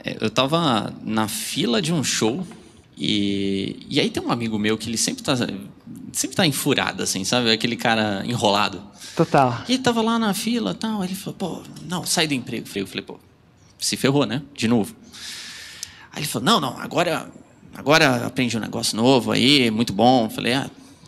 Eu tava na fila de um show e aí tem um amigo meu que ele sempre tá enfurado, assim, sabe? Aquele cara enrolado. Total. E ele tava lá na fila e tal, aí ele falou, pô, não, sai do emprego. Eu falei, pô, se ferrou, né? De novo. Aí ele falou, não, agora aprendi um negócio novo aí, muito bom. Eu falei,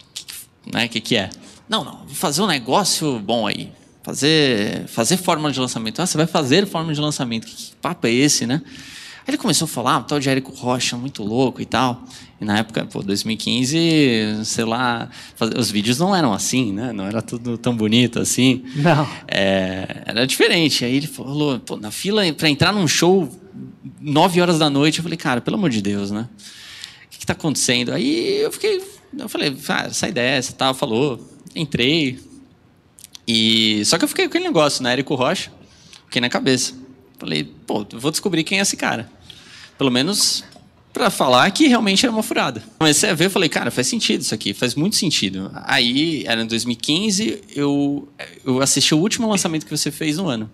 que é? Não, vou fazer um negócio bom aí. Fazer fórmula de lançamento. Você vai fazer fórmula de lançamento. Que papo é esse, né? Aí ele começou a falar, um tal de Érico Rocha, muito louco e tal. E na época, 2015, sei lá, os vídeos não eram assim, né? Não era tudo tão bonito assim. Não. Era diferente. Aí ele falou, pô, na fila para entrar num show 9 horas da noite, eu falei, cara, pelo amor de Deus, né? O que está acontecendo? Aí eu falei, sai dessa, tal, falou, entrei. Só que eu fiquei com aquele negócio, né? Érico Rocha, fiquei na cabeça. Falei, pô, eu vou descobrir quem é esse cara. Pelo menos para falar que realmente era uma furada. Comecei a ver, falei, cara, faz sentido isso aqui, faz muito sentido. Aí, era em 2015, eu assisti o último lançamento que você fez no ano.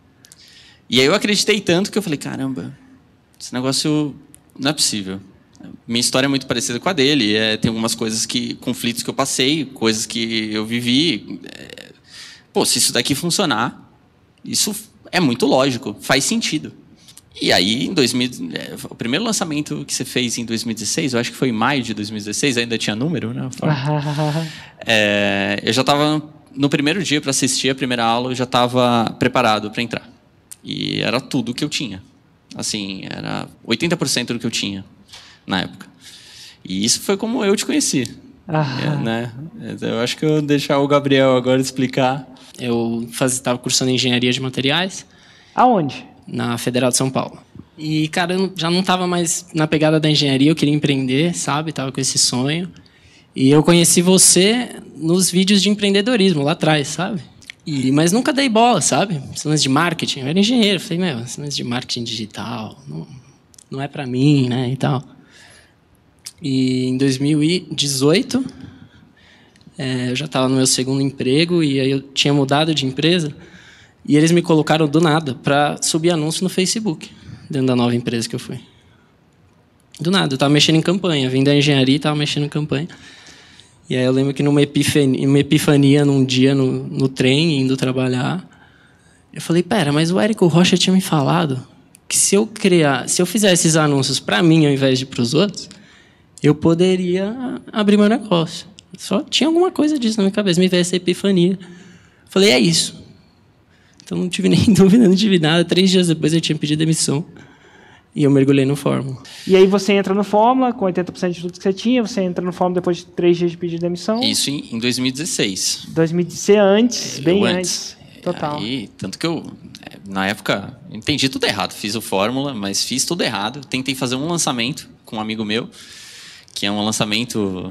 E aí eu acreditei tanto que eu falei, caramba, esse negócio não é possível. Minha história é muito parecida com a dele. Tem algumas conflitos que eu passei, coisas que eu vivi. Pô, se isso daqui funcionar, isso é muito lógico, faz sentido. E aí, o primeiro lançamento que você fez em 2016, eu acho que foi em maio de 2016, ainda tinha número, né? Eu já estava, no primeiro dia para assistir a primeira aula, eu já estava preparado para entrar. E era tudo que eu tinha. Assim, era 80% do que eu tinha na época. E isso foi como eu te conheci. Né? Eu acho que eu vou deixar o Gabriel agora explicar. Eu estava cursando engenharia de materiais. Aonde? Na Federal de São Paulo. E, cara, eu já não estava mais na pegada da engenharia, eu queria empreender, sabe? Estava com esse sonho. E eu conheci você nos vídeos de empreendedorismo, lá atrás, sabe? Mas nunca dei bola, sabe? Esse lance de marketing. Eu era engenheiro. Falei, esse lance de marketing digital não é para mim, né? E tal. E em 2018, eu já estava no meu segundo emprego e aí eu tinha mudado de empresa. E eles me colocaram do nada para subir anúncio no Facebook, dentro da nova empresa que eu fui. Do nada, eu estava mexendo em campanha. Vim da engenharia e estava mexendo em campanha. E aí eu lembro que numa epifania num dia no trem, indo trabalhar, eu falei, pera, mas o Érico Rocha tinha me falado que se eu fizesse esses anúncios para mim ao invés de para os outros, eu poderia abrir meu negócio. Só tinha alguma coisa disso na minha cabeça, me veio essa epifania. Falei, é isso. Então não tive nem dúvida, não tive nada. 3 dias depois eu tinha pedido demissão. E eu mergulhei no Fórmula. E aí você entra no Fórmula, com 80% de tudo que você tinha, você entra no Fórmula depois de 3 dias de pedir demissão. Isso em 2016. 2016 antes, bem antes. Total. Aí, tanto que eu, na época, entendi tudo errado. Fiz o Fórmula, mas fiz tudo errado. Tentei fazer um lançamento com um amigo meu, que é um lançamento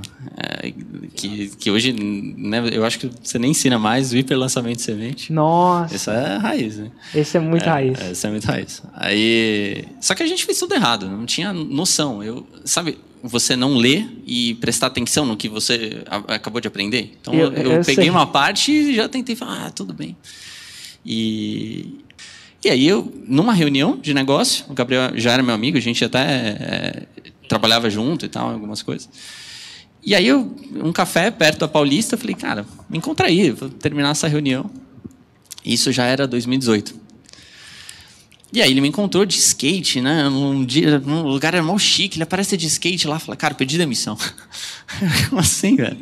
que hoje, né, eu acho que você nem ensina mais o hiperlançamento de semente. Nossa. Essa é a raiz, né? Esse é muito raiz. Essa é muito raiz. Aí, só que a gente fez tudo errado, não tinha noção. Sabe, você não ler e prestar atenção no que você acabou de aprender. Então, eu peguei uma parte e já tentei falar, tudo bem. E aí, numa reunião de negócio, o Gabriel já era meu amigo, a gente até trabalhava junto e tal, algumas coisas. E aí, um café perto da Paulista, eu falei, cara, me encontra aí, vou terminar essa reunião. Isso já era 2018. E aí, ele me encontrou de skate, né? Num lugar era mó chique, ele aparece de skate lá, fala, cara, pedi demissão. Como assim, velho?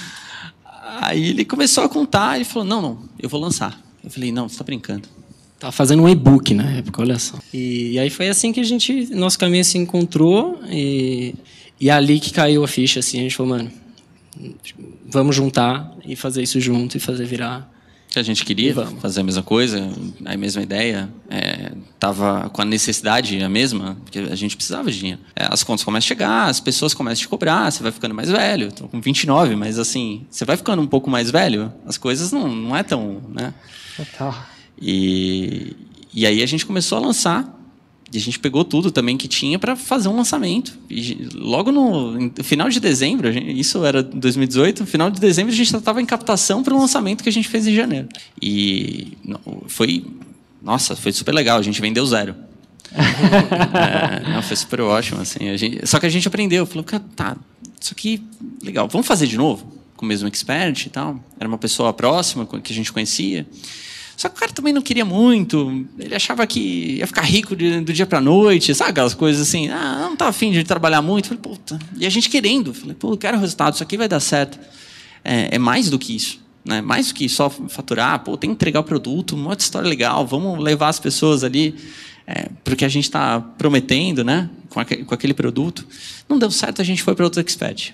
Aí ele começou a contar, ele falou, não, eu vou lançar. Eu falei, não, você tá brincando. Tava fazendo um e-book na época, olha só. E aí foi assim que nosso caminho se encontrou e ali que caiu a ficha, assim, a gente falou, mano, vamos juntar e fazer isso junto e fazer virar. A gente queria fazer a mesma coisa, a mesma ideia, tava com a necessidade a mesma, porque a gente precisava de dinheiro. As contas começam a chegar, as pessoas começam a te cobrar, você vai ficando mais velho, tô com 29, mas assim, você vai ficando um pouco mais velho, as coisas não é tão, né? Total. E aí a gente começou a lançar, e a gente pegou tudo também que tinha para fazer um lançamento. E logo no final de dezembro, isso era 2018, no final de dezembro a gente já estava em captação para o lançamento que a gente fez em janeiro. E foi super legal, a gente vendeu 0. Não, foi super ótimo, assim. Só que a gente aprendeu. Falou, tá, isso aqui, legal. Vamos fazer de novo? Com o mesmo expert e tal. Era uma pessoa próxima, que a gente conhecia. Só que o cara também não queria muito. Ele achava que ia ficar rico do dia pra noite. Sabe aquelas coisas assim? Não tá afim de trabalhar muito. Falei, puta. E a gente querendo. Falei, pô, eu quero o resultado. Isso aqui vai dar certo. É mais do que isso. Né? Mais do que só faturar. Pô, tem que entregar o produto. Uma outra história legal. Vamos levar as pessoas ali porque a gente está prometendo, né? Com aquele produto. Não deu certo, a gente foi para outro expert.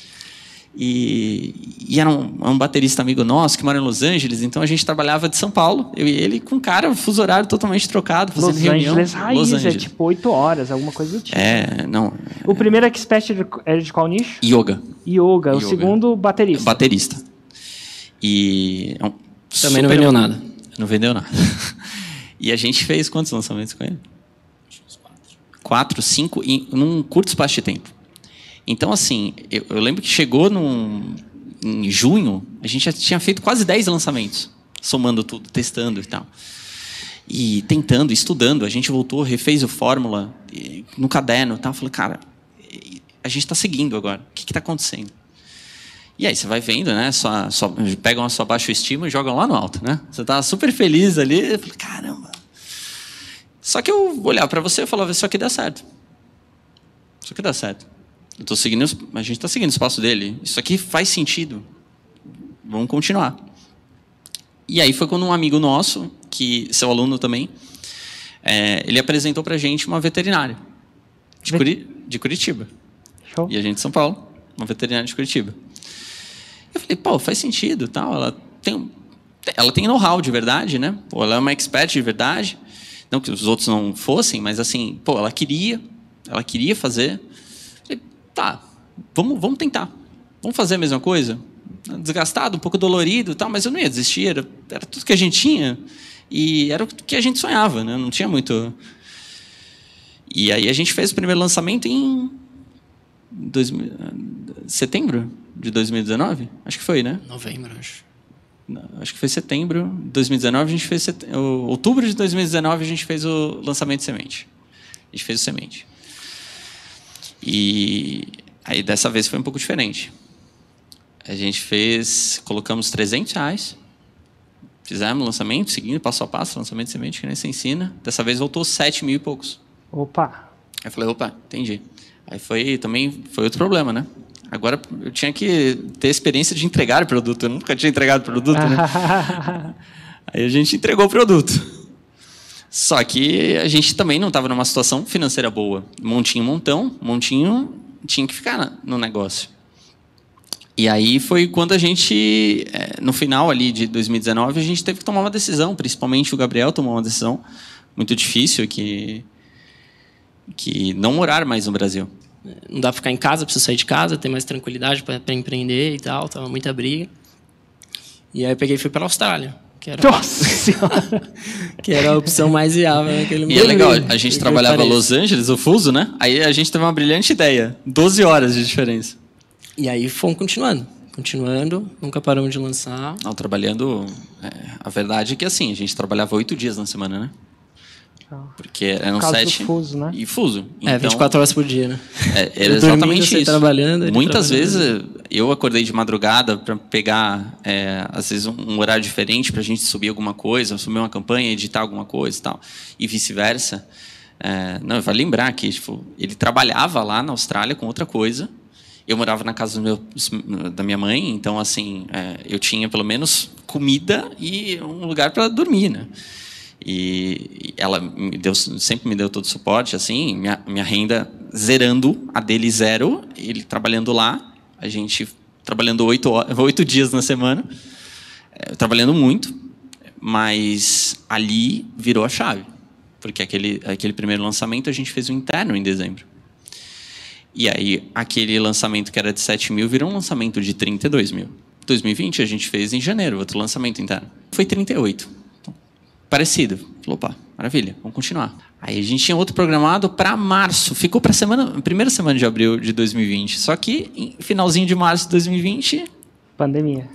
E era um baterista amigo nosso que mora em Los Angeles, então a gente trabalhava de São Paulo, eu e ele, com um cara, fuso horário totalmente trocado, fazendo Los reunião. Angeles raiz, Los Angeles. tipo 8 horas, alguma coisa do tipo. Não. O primeiro expert era de qual nicho? Yoga. O segundo, baterista. Baterista. E... Também não vendeu nada. Não vendeu nada. E a gente fez quantos lançamentos com ele? 4, 5, num curto espaço de tempo. Então, assim, eu lembro que chegou em junho, a gente já tinha feito quase 10 lançamentos, somando tudo, testando e tal. E tentando, estudando, a gente voltou, refez o fórmula no caderno e tal. Falei, cara, a gente está seguindo agora, o que está acontecendo? E aí você vai vendo, né? Pegam a sua baixa estima e jogam lá no alto, né? Você tá super feliz ali, eu falei, caramba. Só que eu olhava para você e falava, isso aqui dá certo. Isso aqui dá certo. A gente está seguindo o espaço dele. Isso aqui faz sentido. Vamos continuar. E aí foi quando um amigo nosso, que seu aluno também, ele apresentou para a gente uma veterinária de Curitiba. Show. E a gente de São Paulo, uma veterinária de Curitiba. Eu falei, pô, faz sentido, tal. Ela tem know-how de verdade, né? Pô, ela é uma expert de verdade. Não que os outros não fossem, mas assim, pô, ela queria fazer. Tá, vamos tentar. Vamos fazer a mesma coisa? Desgastado, um pouco dolorido e tal, mas eu não ia desistir. Era tudo que a gente tinha. E era o que a gente sonhava, né? Não tinha muito... E aí a gente fez o primeiro lançamento em setembro de 2019? Acho que foi, né? Novembro, acho. Não, acho que foi setembro de 2019. A gente fez outubro de 2019 a gente fez o lançamento de semente. A gente fez o semente. E aí dessa vez foi um pouco diferente. A gente colocamos R$300, fizemos o lançamento, seguindo passo a passo, lançamento de semente, que nem se ensina. Dessa vez voltou 7 mil e poucos. Opa! Aí eu falei, entendi. Aí foi outro problema, né? Agora eu tinha que ter experiência de entregar o produto. Eu nunca tinha entregado o produto, né? Aí a gente entregou o produto. Só que a gente também não estava numa situação financeira boa. Montinho tinha que ficar no negócio. E aí foi quando a gente, no final ali de 2019, a gente teve que tomar uma decisão, principalmente o Gabriel tomou uma decisão muito difícil, que não morar mais no Brasil. Não dá para ficar em casa, preciso sair de casa, ter mais tranquilidade para empreender e tal, tava muita briga. E aí eu peguei e fui para a Austrália. Nossa Senhora! Que era a opção mais viável naquele momento. E é legal, a gente trabalhava em Los Angeles, o fuso, né? Aí a gente teve uma brilhante ideia. 12 horas de diferença. E aí fomos continuando, nunca paramos de lançar. Não, trabalhando... a verdade é que assim, a gente trabalhava 8 dias na semana, né? Porque eram 7... fuso, né? E fuso. Então, 24 horas por dia, né? Era exatamente isso. Trabalhando, muitas vezes eu acordei de madrugada para pegar, às vezes, um horário diferente para a gente subir alguma coisa, subir uma campanha, editar alguma coisa e tal, e vice-versa. Vale lembrar que ele trabalhava lá na Austrália com outra coisa. Eu morava na casa da minha mãe, então assim, eu tinha pelo menos comida e um lugar para dormir, né? E ela sempre me deu todo o suporte, assim, minha renda zerando, a dele zero, ele trabalhando lá, a gente trabalhando 8 dias na semana, trabalhando muito, mas ali virou a chave, porque aquele primeiro lançamento a gente fez um interno em dezembro. E aí aquele lançamento que era de 7 mil virou um lançamento de 32 mil. 2020 a gente fez em janeiro, outro lançamento interno. Foi 38. Parecido. Falou, opa, maravilha, vamos continuar. Aí a gente tinha outro programado para março. Ficou para a primeira semana de abril de 2020. Só que, finalzinho de março de 2020... Pandemia.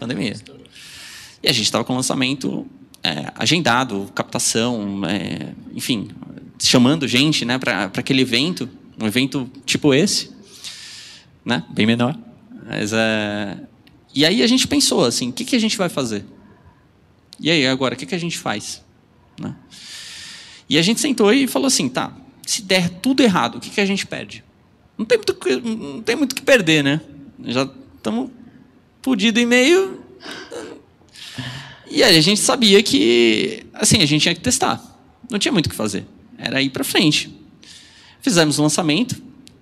E a gente estava com o lançamento agendado, captação, enfim, chamando gente, né, para aquele evento, um evento tipo esse, né, bem menor. Mas, e aí a gente pensou assim, o que a gente vai fazer? E aí, agora, o que a gente faz? Né? E a gente sentou e falou assim, tá, se der tudo errado, o que a gente perde? Não tem muito o que perder, né? Já estamos fodidos e meio. E aí a gente sabia que, assim, a gente tinha que testar. Não tinha muito o que fazer. Era ir para frente. Fizemos o lançamento.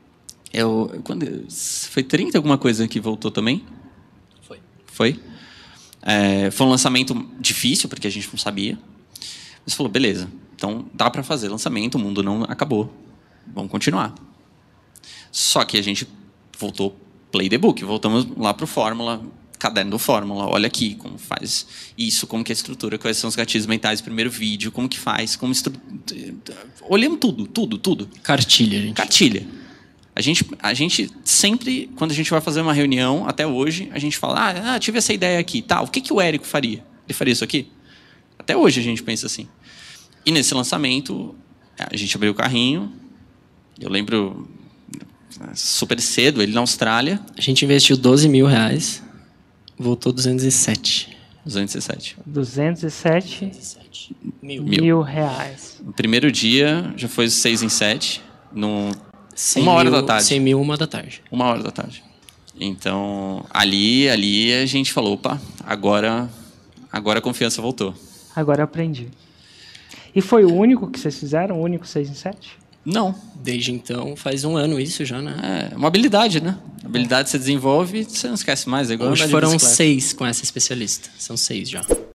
Foi 30 alguma coisa que voltou também? Foi? Foi um lançamento difícil, porque a gente não sabia. Mas falou, beleza, então dá para fazer lançamento, o mundo não acabou. Vamos continuar. Só que a gente voltou play the book, voltamos lá para o Fórmula, caderno do Fórmula, olha aqui como faz isso, como que é a estrutura, quais são os gatilhos mentais, primeiro vídeo, como que faz, olhamos tudo. Cartilha, gente. Cartilha. A gente sempre, quando a gente vai fazer uma reunião, até hoje, a gente fala, tive essa ideia aqui, tá, o que o Érico faria? Ele faria isso aqui? Até hoje a gente pensa assim. E nesse lançamento, a gente abriu o carrinho, eu lembro super cedo, ele na Austrália. A gente investiu R$12 mil, voltou 207. 207 mil reais. No primeiro dia, já foi 6 em 7, uma hora da tarde. 100 mil, 1 da tarde. 1 hora da tarde. Então, ali a gente falou, opa, agora a confiança voltou. Agora eu aprendi. E foi o único que vocês fizeram? O único 6 em 7? Não. Desde então, faz 1 ano isso já, né? É uma habilidade, né? A habilidade você desenvolve, você não esquece mais. É igual hoje foram 6 com essa especialista. São 6 já.